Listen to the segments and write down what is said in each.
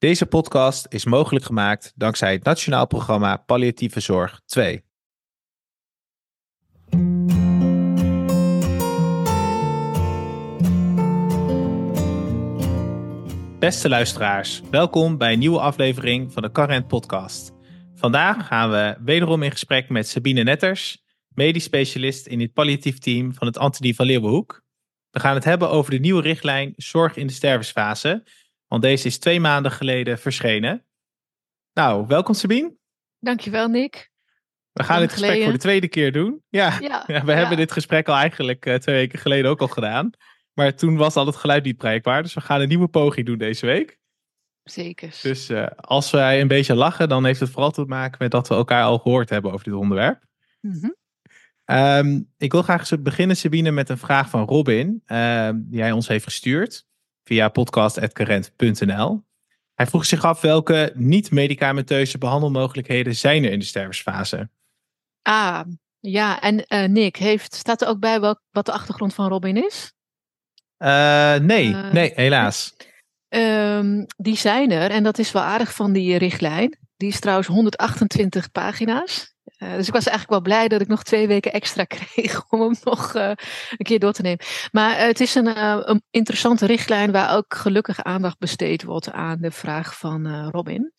Deze podcast is mogelijk gemaakt dankzij het Nationaal Programma Palliatieve Zorg 2. Beste luisteraars, welkom bij een nieuwe aflevering van de Current Podcast. Vandaag gaan we wederom in gesprek met Sabine Netters, medisch specialist in het palliatief team van het Antonie van Leeuwenhoek. We gaan het hebben over de nieuwe richtlijn Zorg in de stervensfase, want deze is 2 maanden geleden verschenen. Nou, welkom Sabine. Dankjewel Nick. We gaan dit gesprek voor de tweede keer doen. Ja, hebben dit gesprek al eigenlijk 2 weken geleden ook al gedaan. Maar toen was al het geluid niet bereikbaar. Dus we gaan een nieuwe poging doen deze week. Zeker. Dus als wij een beetje lachen, dan heeft het vooral te maken met dat we elkaar al gehoord hebben over dit onderwerp. Mm-hmm. Ik wil graag eens beginnen, Sabine, met een vraag van Robin. Die hij ons heeft gestuurd via podcast@current.nl. Hij vroeg zich af welke niet-medicamenteuze behandelmogelijkheden zijn er in de stervensfase. Ja. En Nick, staat er ook bij wat de achtergrond van Robin is? Nee, helaas. Die zijn er en dat is wel aardig van die richtlijn. Die is trouwens 128 pagina's. Dus ik was eigenlijk wel blij dat ik nog 2 weken extra kreeg om hem nog een keer door te nemen. Maar het is een interessante richtlijn waar ook gelukkig aandacht besteed wordt aan de vraag van Robin.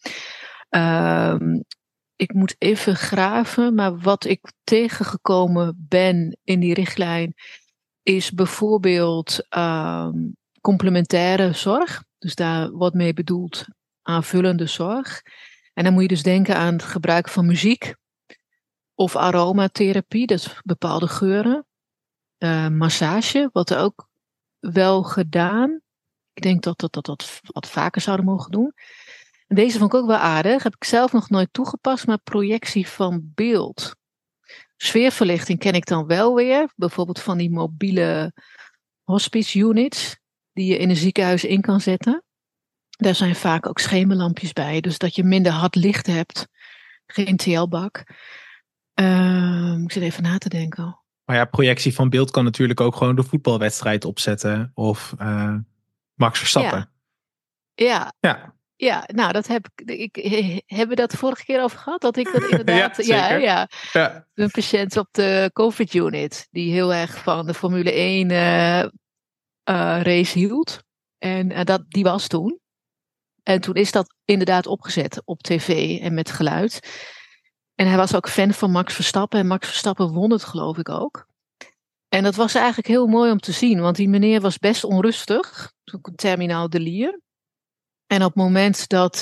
Ik moet even graven, maar wat ik tegengekomen ben in die richtlijn is bijvoorbeeld complementaire zorg. Dus daar wordt mee bedoeld aanvullende zorg. En dan moet je dus denken aan het gebruik van muziek of aromatherapie, dat is bepaalde geuren. Massage, wordt er ook wel gedaan. Ik denk dat dat wat vaker zouden mogen doen. En deze vond ik ook wel aardig. Heb ik zelf nog nooit toegepast, maar projectie van beeld. Sfeerverlichting ken ik dan wel weer. Bijvoorbeeld van die mobiele hospice units die je in een ziekenhuis in kan zetten. Daar zijn vaak ook schemerlampjes bij, dus dat je minder hard licht hebt. Geen TL-bak. Ik zit even na te denken. Maar ja, projectie van beeld kan natuurlijk ook gewoon de voetbalwedstrijd opzetten of Max Verstappen. Ja, nou dat hebben we dat de vorige keer over gehad? Dat ik dat inderdaad... ja. Een patiënt op de COVID-unit die heel erg van de Formule 1 race hield. En die was toen. En toen is dat inderdaad opgezet op tv en met geluid. En hij was ook fan van Max Verstappen. En Max Verstappen won het, geloof ik ook. En dat was eigenlijk heel mooi om te zien. Want die meneer was best onrustig. Terminaal delier. En op het moment dat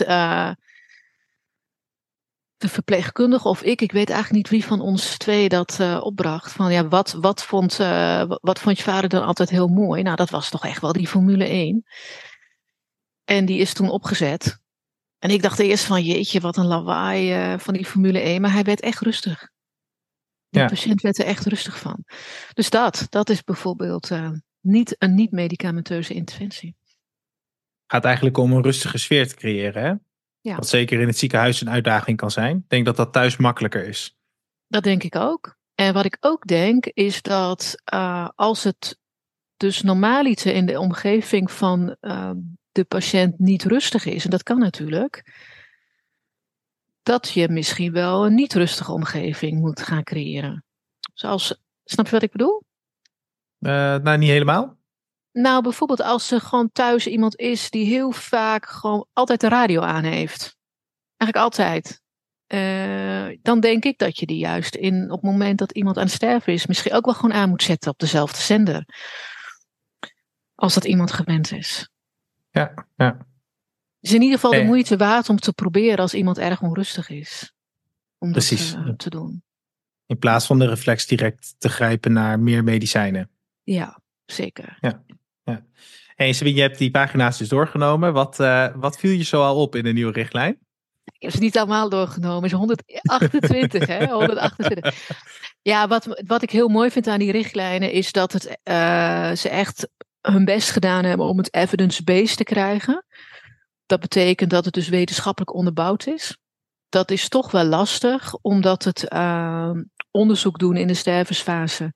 de verpleegkundige of ik weet eigenlijk niet wie van ons 2 dat opbracht. Van ja, wat vond je vader dan altijd heel mooi? Nou, dat was toch echt wel die Formule 1. En die is toen opgezet. En ik dacht eerst van jeetje, wat een lawaai van die Formule 1. Maar hij werd echt rustig. De patiënt werd er echt rustig van. Dus dat is bijvoorbeeld niet een niet-medicamenteuze interventie. Het gaat eigenlijk om een rustige sfeer te creëren, hè? Ja. Wat zeker in het ziekenhuis een uitdaging kan zijn. Ik denk dat dat thuis makkelijker is. Dat denk ik ook. En wat ik ook denk is dat als het dus normaaliter in de omgeving van de patiënt niet rustig is, en dat kan natuurlijk, dat je misschien wel een niet rustige omgeving moet gaan creëren. Snap je wat ik bedoel? Nou, niet helemaal. Nou, bijvoorbeeld als er gewoon thuis iemand is die heel vaak gewoon altijd de radio aan heeft. Eigenlijk altijd. Dan denk ik dat je die juist op het moment dat iemand aan het sterven is, misschien ook wel gewoon aan moet zetten op dezelfde zender. Als dat iemand gewend is. Ja. Dus in ieder geval de moeite waard om te proberen als iemand erg onrustig is. Om Precies. Dat te doen. In plaats van de reflex direct te grijpen naar meer medicijnen. Ja, zeker. Ja. Hey Sabine, je hebt die pagina's dus doorgenomen. Wat viel je zo al op in de nieuwe richtlijn? Ik heb ze niet allemaal doorgenomen. Het is 128, hè? 128. Ja, wat ik heel mooi vind aan die richtlijnen is dat ze echt hun best gedaan hebben om het evidence-based te krijgen. Dat betekent dat het dus wetenschappelijk onderbouwd is. Dat is toch wel lastig, omdat het onderzoek doen in de stervensfase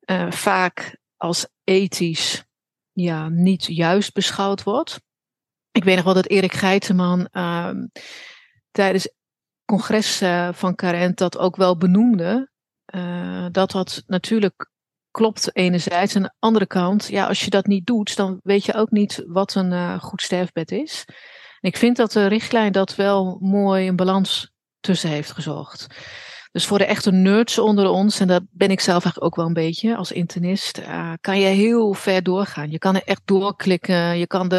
vaak als ethisch niet juist beschouwd wordt. Ik weet nog wel dat Erik Geiteman tijdens het congres van Carent dat ook wel benoemde. Dat natuurlijk klopt enerzijds. Aan de andere kant, ja, als je dat niet doet, dan weet je ook niet wat een goed sterfbed is. En ik vind dat de richtlijn dat wel mooi een balans tussen heeft gezocht. Dus voor de echte nerds onder ons, en dat ben ik zelf eigenlijk ook wel een beetje als internist, kan je heel ver doorgaan. Je kan er echt doorklikken. Je kan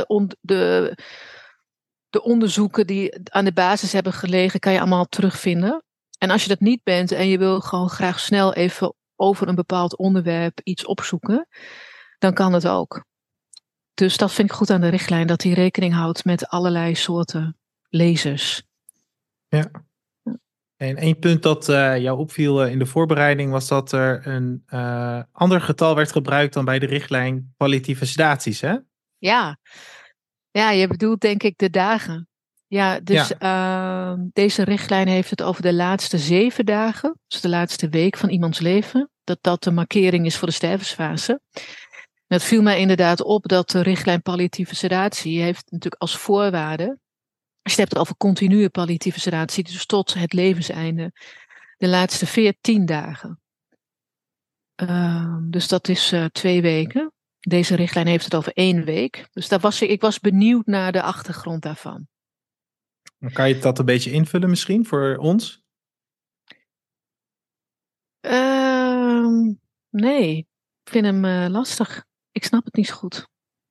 de onderzoeken die aan de basis hebben gelegen, kan je allemaal terugvinden. En als je dat niet bent en je wil gewoon graag snel even over een bepaald onderwerp iets opzoeken, dan kan het ook. Dus dat vind ik goed aan de richtlijn, dat die rekening houdt met allerlei soorten lezers. Ja. En één punt dat jou opviel in de voorbereiding was dat er een ander getal werd gebruikt dan bij de richtlijn palliatieve sedaties, hè? Ja, je bedoelt denk ik de dagen. Ja, dus deze richtlijn heeft het over de laatste 7 dagen, dus de laatste week van iemands leven, dat de markering is voor de stervensfase. En het viel mij inderdaad op dat de richtlijn palliatieve sedatie heeft natuurlijk als voorwaarde, als je het hebt over continue palliatieve sedatie, dus tot het levenseinde, de laatste 14 dagen. Dus dat is 2 weken. Deze richtlijn heeft het over 1 week. Dus ik was benieuwd naar de achtergrond daarvan. Kan je dat een beetje invullen misschien voor ons? Nee, ik vind hem lastig. Ik snap het niet zo goed.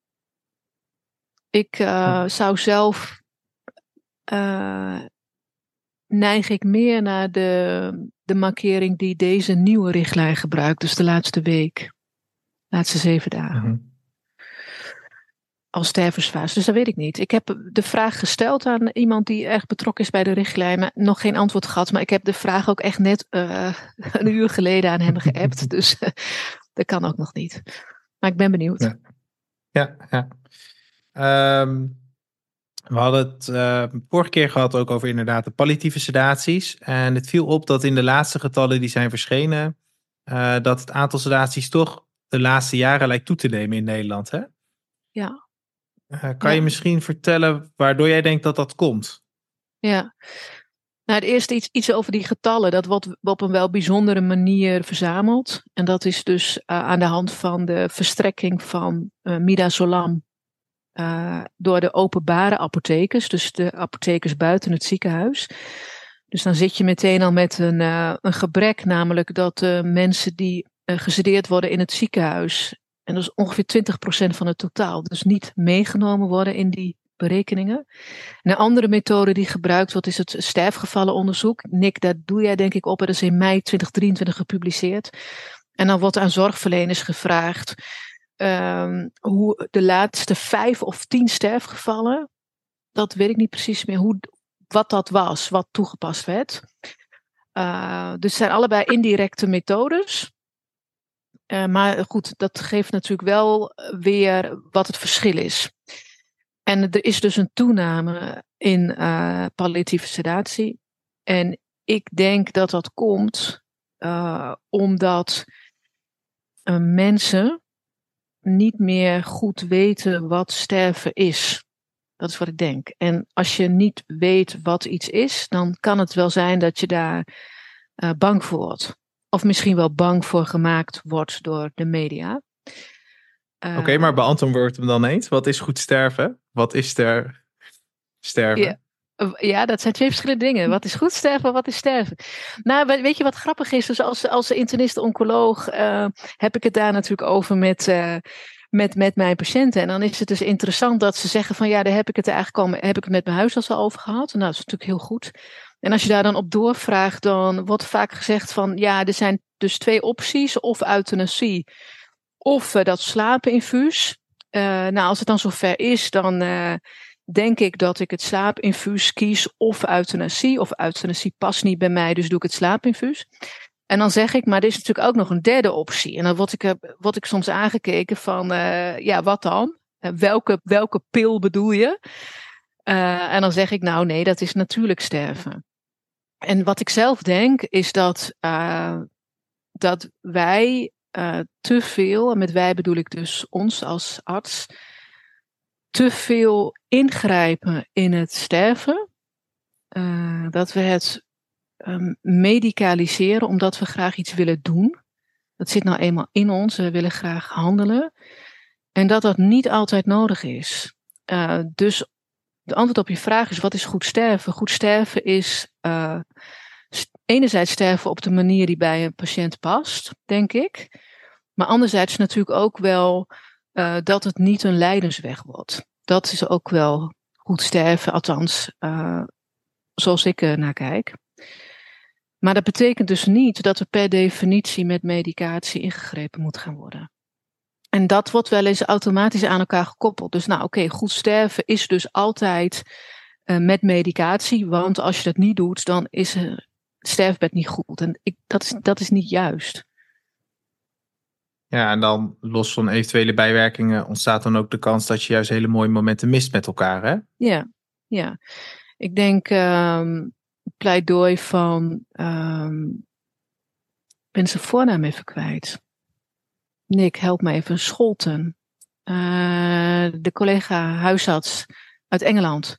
Ik zou zelf neig ik meer naar de markering die deze nieuwe richtlijn gebruikt, dus de laatste week, laatste 7 dagen. Mm-hmm. Als stervensfase. Dus dat weet ik niet. Ik heb de vraag gesteld aan iemand die erg betrokken is bij de richtlijn, maar nog geen antwoord gehad. Maar ik heb de vraag ook echt net een uur geleden aan hem geappt. Dus dat kan ook nog niet. Maar ik ben benieuwd. Ja. We hadden het vorige keer gehad ook over inderdaad de palliatieve sedaties. En het viel op dat in de laatste getallen die zijn verschenen, dat het aantal sedaties toch de laatste jaren lijkt toe te nemen in Nederland, hè? Ja. Kan je misschien vertellen waardoor jij denkt dat dat komt? Ja. Nou, het eerste iets over die getallen. Dat wordt op een wel bijzondere manier verzameld. En dat is dus aan de hand van de verstrekking van midazolam door de openbare apothekers. Dus de apothekers buiten het ziekenhuis. Dus dan zit je meteen al met een gebrek. Namelijk dat mensen die gesedeerd worden in het ziekenhuis. En dat is ongeveer 20% van het totaal. Dus niet meegenomen worden in die berekeningen. Een andere methode die gebruikt wordt is het sterfgevallenonderzoek. Nick, dat doe jij denk ik op. Dat is in mei 2023 gepubliceerd. En dan wordt aan zorgverleners gevraagd hoe de laatste 5 of 10 sterfgevallen, dat weet ik niet precies meer, wat dat was, wat toegepast werd. Dus het zijn allebei indirecte methodes. Maar goed, dat geeft natuurlijk wel weer wat het verschil is. En er is dus een toename in palliatieve sedatie. En ik denk dat dat komt omdat mensen niet meer goed weten wat sterven is. Dat is wat ik denk. En als je niet weet wat iets is, dan kan het wel zijn dat je daar bang voor wordt. Of misschien wel bang voor gemaakt wordt door de media. Oké, maar beantwoord hem dan eens. Wat is goed sterven? Wat is sterven? Ja, dat zijn 2 verschillende dingen. Wat is goed sterven, wat is sterven? Nou, weet je wat grappig is? Dus als internist-oncoloog heb ik het daar natuurlijk over met mijn patiënten. En dan is het dus interessant dat ze zeggen van ja, daar heb ik het eigenlijk heb ik het met mijn huisarts al over gehad. Nou, dat is natuurlijk heel goed. En als je daar dan op doorvraagt, dan wordt vaak gezegd van ja, er zijn dus 2 opties. Of euthanasie, of dat slaapinfuus. Nou, als het dan zover is, dan denk ik dat ik het slaapinfuus kies of euthanasie. Of euthanasie past niet bij mij, dus doe ik het slaapinfuus. En dan zeg ik, maar er is natuurlijk ook nog een derde optie. En dan word ik soms aangekeken van, ja, wat dan? Welke pil bedoel je? En dan zeg ik, nou nee, dat is natuurlijk sterven. En wat ik zelf denk, is dat wij te veel, en met wij bedoel ik dus ons als arts, te veel ingrijpen in het sterven. Dat we het medicaliseren omdat we graag iets willen doen. Dat zit nou eenmaal in ons. We willen graag handelen. En dat niet altijd nodig is. Dus de antwoord op je vraag is, wat is goed sterven? Goed sterven is enerzijds sterven op de manier die bij een patiënt past, denk ik. Maar anderzijds natuurlijk ook wel dat het niet een lijdensweg wordt. Dat is ook wel goed sterven, althans zoals ik naar kijk. Maar dat betekent dus niet dat er per definitie met medicatie ingegrepen moet gaan worden. En dat wordt wel eens automatisch aan elkaar gekoppeld. Dus goed sterven is dus altijd met medicatie. Want als je dat niet doet, dan is het sterfbed niet goed. En dat is niet juist. Ja, en dan los van eventuele bijwerkingen ontstaat dan ook de kans dat je juist hele mooie momenten mist met elkaar, hè? Ja. Ik denk pleidooi van... ik ben zijn voornaam even kwijt. Nick, help me even. Scholten. De collega huisarts uit Engeland.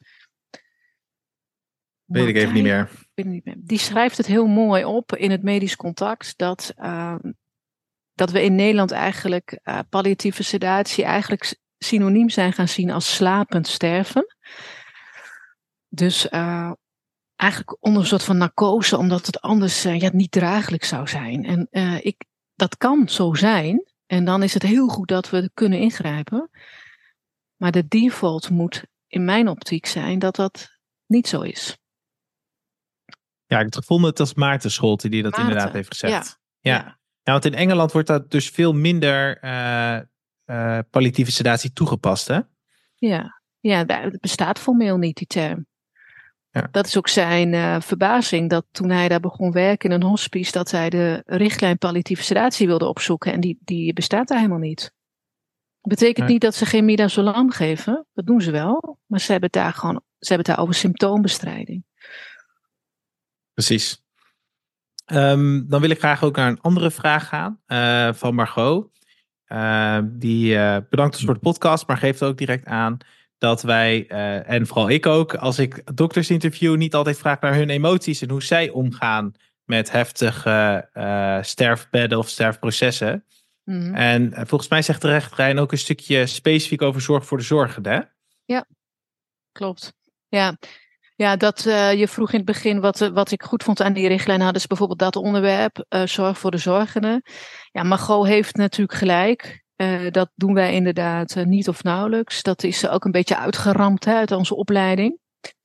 Weet ik even niet meer. Die schrijft het heel mooi op in het medisch contact dat we in Nederland eigenlijk palliatieve sedatie eigenlijk synoniem zijn gaan zien als slapend sterven. Dus eigenlijk onder een soort van narcose, omdat het anders niet draaglijk zou zijn. En dat kan zo zijn. En dan is het heel goed dat we kunnen ingrijpen. Maar de default moet in mijn optiek zijn dat dat niet zo is. Ja, ik heb gevonden het als Maarten Scholte die dat inderdaad heeft gezegd. Ja, want in Engeland wordt dat dus veel minder palliatieve sedatie toegepast, hè? Ja, het bestaat formeel niet, die term. Ja. Dat is ook zijn verbazing, dat toen hij daar begon werken in een hospice, dat hij de richtlijn palliatieve sedatie wilde opzoeken. En die bestaat daar helemaal niet. Dat betekent niet dat ze geen midazolam geven. Dat doen ze wel. Maar ze hebben het daar over symptoombestrijding. Precies. Dan wil ik graag ook naar een andere vraag gaan van Margot. Die bedankt ons voor de podcast, maar geeft ook direct aan dat wij, en vooral ik ook, als ik dokters interview, niet altijd vraag naar hun emoties en hoe zij omgaan met heftige sterfbedden of sterfprocessen. Mm-hmm. En volgens mij zegt de richtlijn ook een stukje specifiek over zorg voor de zorgende, hè? Ja, klopt. Ja, dat je vroeg in het begin wat ik goed vond aan die richtlijn, hadden ze bijvoorbeeld dat onderwerp, zorg voor de zorgende. Ja, Margot heeft natuurlijk gelijk. Dat doen wij inderdaad niet of nauwelijks. Dat is ook een beetje uitgeramd uit onze opleiding.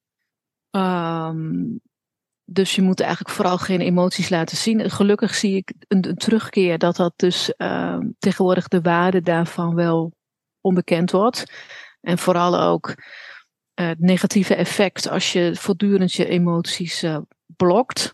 Dus je moet eigenlijk vooral geen emoties laten zien. Gelukkig zie ik een terugkeer dat dus tegenwoordig de waarde daarvan wel onbekend wordt. En vooral ook het negatieve effect als je voortdurend je emoties blokt.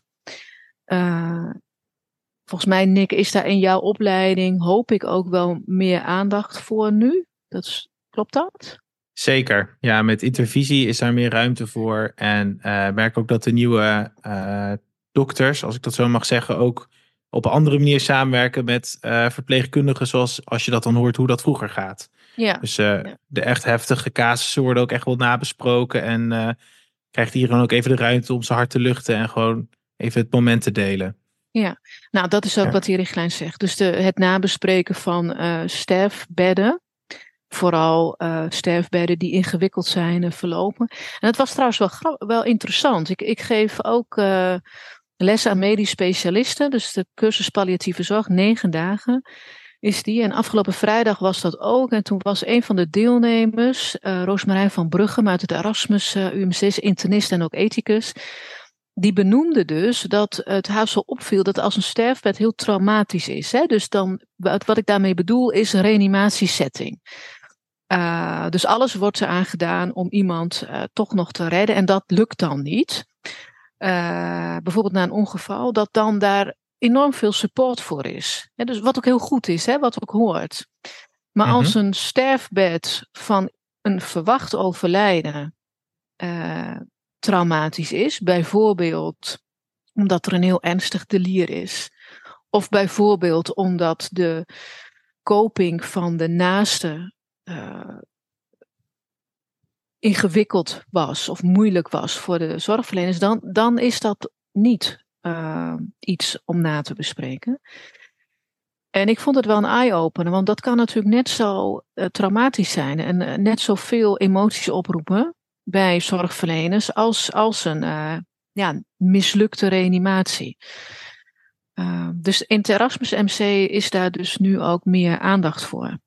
Volgens mij, Nick, is daar in jouw opleiding, hoop ik, ook wel meer aandacht voor nu. Klopt dat? Zeker. Ja, met intervisie is daar meer ruimte voor. En merk ook dat de nieuwe dokters, als ik dat zo mag zeggen, ook op een andere manier samenwerken met verpleegkundigen, zoals als je dat dan hoort hoe dat vroeger gaat. Ja. Dus de echt heftige casussen worden ook echt wel nabesproken en krijgt hier dan ook even de ruimte om zijn hart te luchten en gewoon even het moment te delen. Ja, nou dat is ook wat die richtlijn zegt. Dus het nabespreken van sterfbedden, vooral sterfbedden die ingewikkeld zijn en verlopen. En het was trouwens wel interessant. Ik geef ook les aan medisch specialisten, dus de cursus palliatieve zorg, 9 dagen is die. En afgelopen vrijdag was dat ook. En toen was een van de deelnemers, Roosmarijn van Bruggem uit het Erasmus UMC, internist en ook ethicus. Die benoemde dus dat het haar zo opviel dat als een sterfbed heel traumatisch is. Hè? Dus dan, wat ik daarmee bedoel is een reanimatiesetting. Dus alles wordt eraan gedaan om iemand toch nog te redden. En dat lukt dan niet. Bijvoorbeeld na een ongeval, dat dan daar enorm veel support voor is. Ja, dus wat ook heel goed is, hè, wat ook hoort. Maar als een sterfbed van een verwacht overlijden traumatisch is, bijvoorbeeld omdat er een heel ernstig delier is, of bijvoorbeeld omdat de coping van de naaste ingewikkeld was of moeilijk was voor de zorgverleners, dan is dat niet iets om na te bespreken. En ik vond het wel een eye-opener, want dat kan natuurlijk net zo traumatisch zijn en net zoveel emoties oproepen bij zorgverleners als een mislukte reanimatie. Dus in het Erasmus MC is daar dus nu ook meer aandacht voor.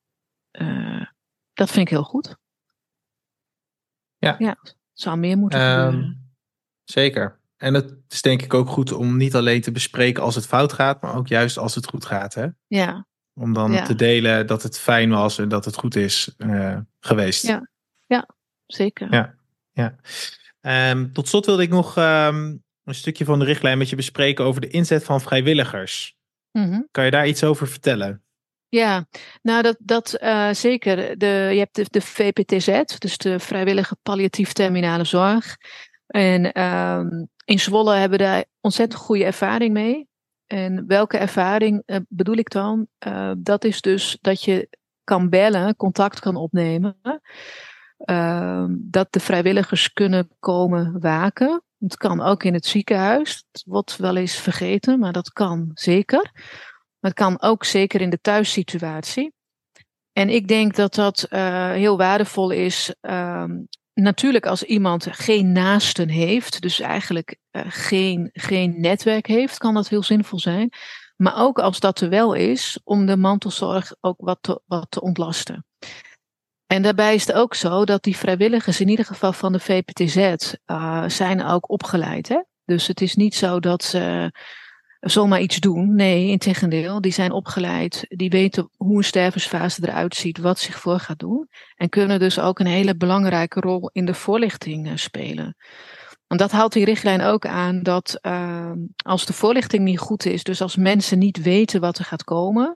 Dat vind ik heel goed. Ja, het zou meer moeten gebeuren. Zeker. En het is denk ik ook goed om niet alleen te bespreken als het fout gaat, maar ook juist als het goed gaat. Hè? Ja. Om dan te delen dat het fijn was en dat het goed is geweest. Ja, zeker. Ja. Tot slot wilde ik nog een stukje van de richtlijn met je bespreken over de inzet van vrijwilligers. Mm-hmm. Kan je daar iets over vertellen? Ja, nou dat zeker. Je hebt de VPTZ, dus de Vrijwillige Palliatief Terminale Zorg. En in Zwolle hebben we daar ontzettend goede ervaring mee. En welke ervaring bedoel ik dan? Dat is dus dat je kan bellen, contact kan opnemen. Dat de vrijwilligers kunnen komen waken. Het kan ook in het ziekenhuis. Het wordt wel eens vergeten, maar dat kan zeker. Maar het kan ook zeker in de thuissituatie. En ik denk dat dat heel waardevol is. Natuurlijk als iemand geen naasten heeft, dus eigenlijk geen netwerk heeft, kan dat heel zinvol zijn. Maar ook als dat er wel is, om de mantelzorg ook wat te ontlasten. En daarbij is het ook zo dat die vrijwilligers, in ieder geval van de VPTZ, zijn ook opgeleid. Hè? Dus het is niet zo dat ze zomaar iets doen. Nee, integendeel, die zijn opgeleid. Die weten hoe een stervensfase eruit ziet, wat zich voor gaat doen. En kunnen dus ook een hele belangrijke rol in de voorlichting spelen. Want dat haalt die richtlijn ook aan, dat als de voorlichting niet goed is, dus als mensen niet weten wat er gaat komen,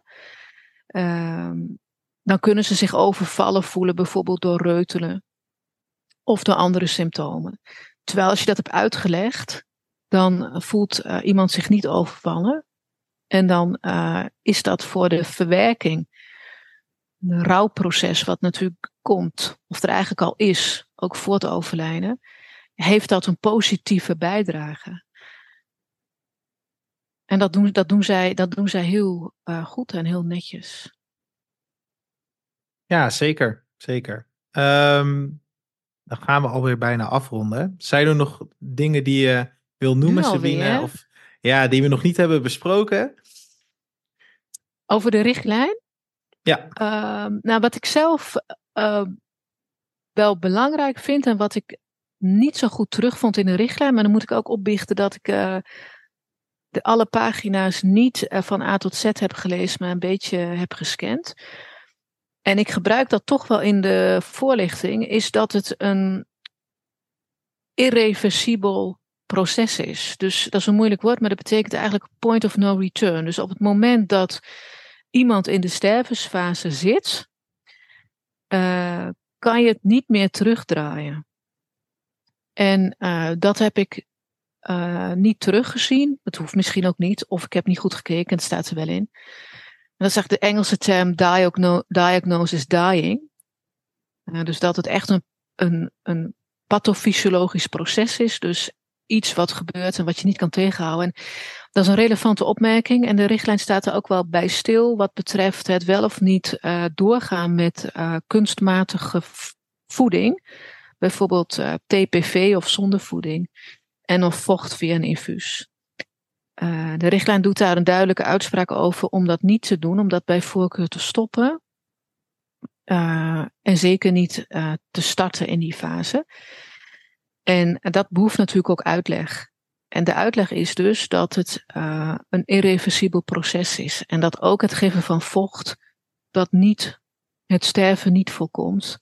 dan kunnen ze zich overvallen voelen, bijvoorbeeld door reutelen of door andere symptomen. Terwijl als je dat hebt uitgelegd, dan voelt iemand zich niet overvallen. En dan is dat voor de verwerking, een rouwproces wat natuurlijk komt, of er eigenlijk al is, ook voor het overlijden, heeft dat een positieve bijdrage. En dat doen zij heel goed en heel netjes. Ja, zeker. Zeker. Dan gaan we alweer bijna afronden. Zijn er nog dingen die je wil noemen, Sabine? Of die we nog niet hebben besproken? Over de richtlijn? Ja. Nou, wat ik zelf wel belangrijk vind en wat ik niet zo goed terugvond in de richtlijn, maar dan moet ik ook opbiechten dat ik alle pagina's niet van A tot Z heb gelezen, maar een beetje heb gescand. En ik gebruik dat toch wel in de voorlichting, is dat het een irreversibel proces is. Dus dat is een moeilijk woord, maar dat betekent eigenlijk point of no return. Dus op het moment dat iemand in de stervensfase zit, kan je het niet meer terugdraaien. En dat heb ik niet teruggezien. Dat hoeft misschien ook niet. Of ik heb niet goed gekeken, het staat er wel in. En dat is eigenlijk de Engelse term diagnosis dying. Dus dat het echt een pathofysiologisch proces is. Dus iets wat gebeurt en wat je niet kan tegenhouden. En dat is een relevante opmerking. En de richtlijn staat er ook wel bij stil wat betreft het wel of niet doorgaan met kunstmatige voeding. Bijvoorbeeld TPV of zonder voeding. En of vocht via een infuus. De richtlijn doet daar een duidelijke uitspraak over om dat niet te doen. Om dat bij voorkeur te stoppen. En zeker niet te starten in die fase. En dat behoeft natuurlijk ook uitleg. En de uitleg is dus dat het een irreversibel proces is. En dat ook het geven van vocht, dat niet het sterven niet voorkomt.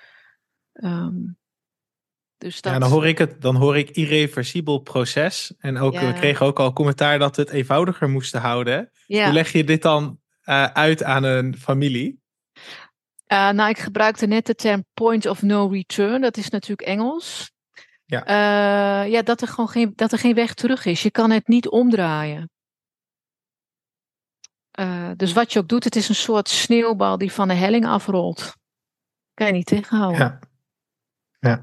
Dus dat... Ja, dan hoor ik irreversibel proces. En ook, we kregen ook al commentaar dat we het eenvoudiger moesten houden. Ja. Hoe leg je dit dan uit aan een familie? Nou, ik gebruikte net de term point of no return. Dat is natuurlijk Engels. Ja, dat er gewoon geen weg terug is. Je kan het niet omdraaien. Dus wat je ook doet, het is een soort sneeuwbal die van de helling afrolt. Kan je niet tegenhouden. Ja. Ja.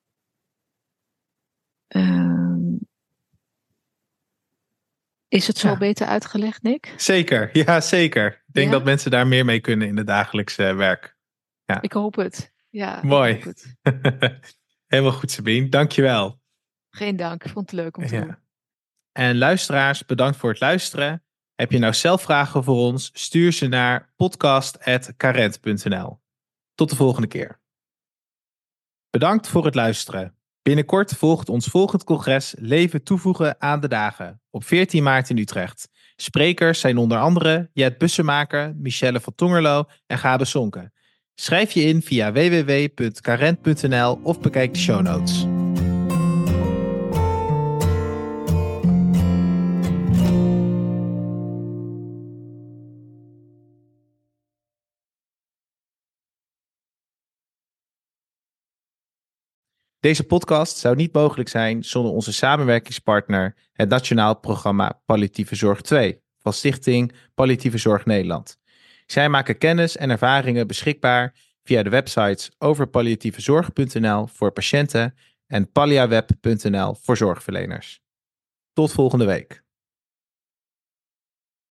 Is het zo beter uitgelegd, Nick? Zeker, ja zeker. Ik denk dat mensen daar meer mee kunnen in het dagelijkse werk. Ja. Ik hoop het. Ja, mooi. Ik hoop het. Helemaal goed, Sabine. Dankjewel. Geen dank. Ik vond het leuk om te doen. En luisteraars, bedankt voor het luisteren. Heb je nou zelf vragen voor ons? Stuur ze naar podcast@carent.nl. Tot de volgende keer. Bedankt voor het luisteren. Binnenkort volgt ons volgend congres Leven toevoegen aan de dagen op 14 maart in Utrecht. Sprekers zijn onder andere Jet Bussemaker, Michelle van Tongerlo en Gabe Sonke. Schrijf je in via www.carent.nl of bekijk de show notes. Deze podcast zou niet mogelijk zijn zonder onze samenwerkingspartner, het Nationaal Programma Palliatieve Zorg 2 van Stichting Palliatieve Zorg Nederland. Zij maken kennis en ervaringen beschikbaar via de websites overpalliatievezorg.nl voor patiënten en palliaweb.nl voor zorgverleners. Tot volgende week.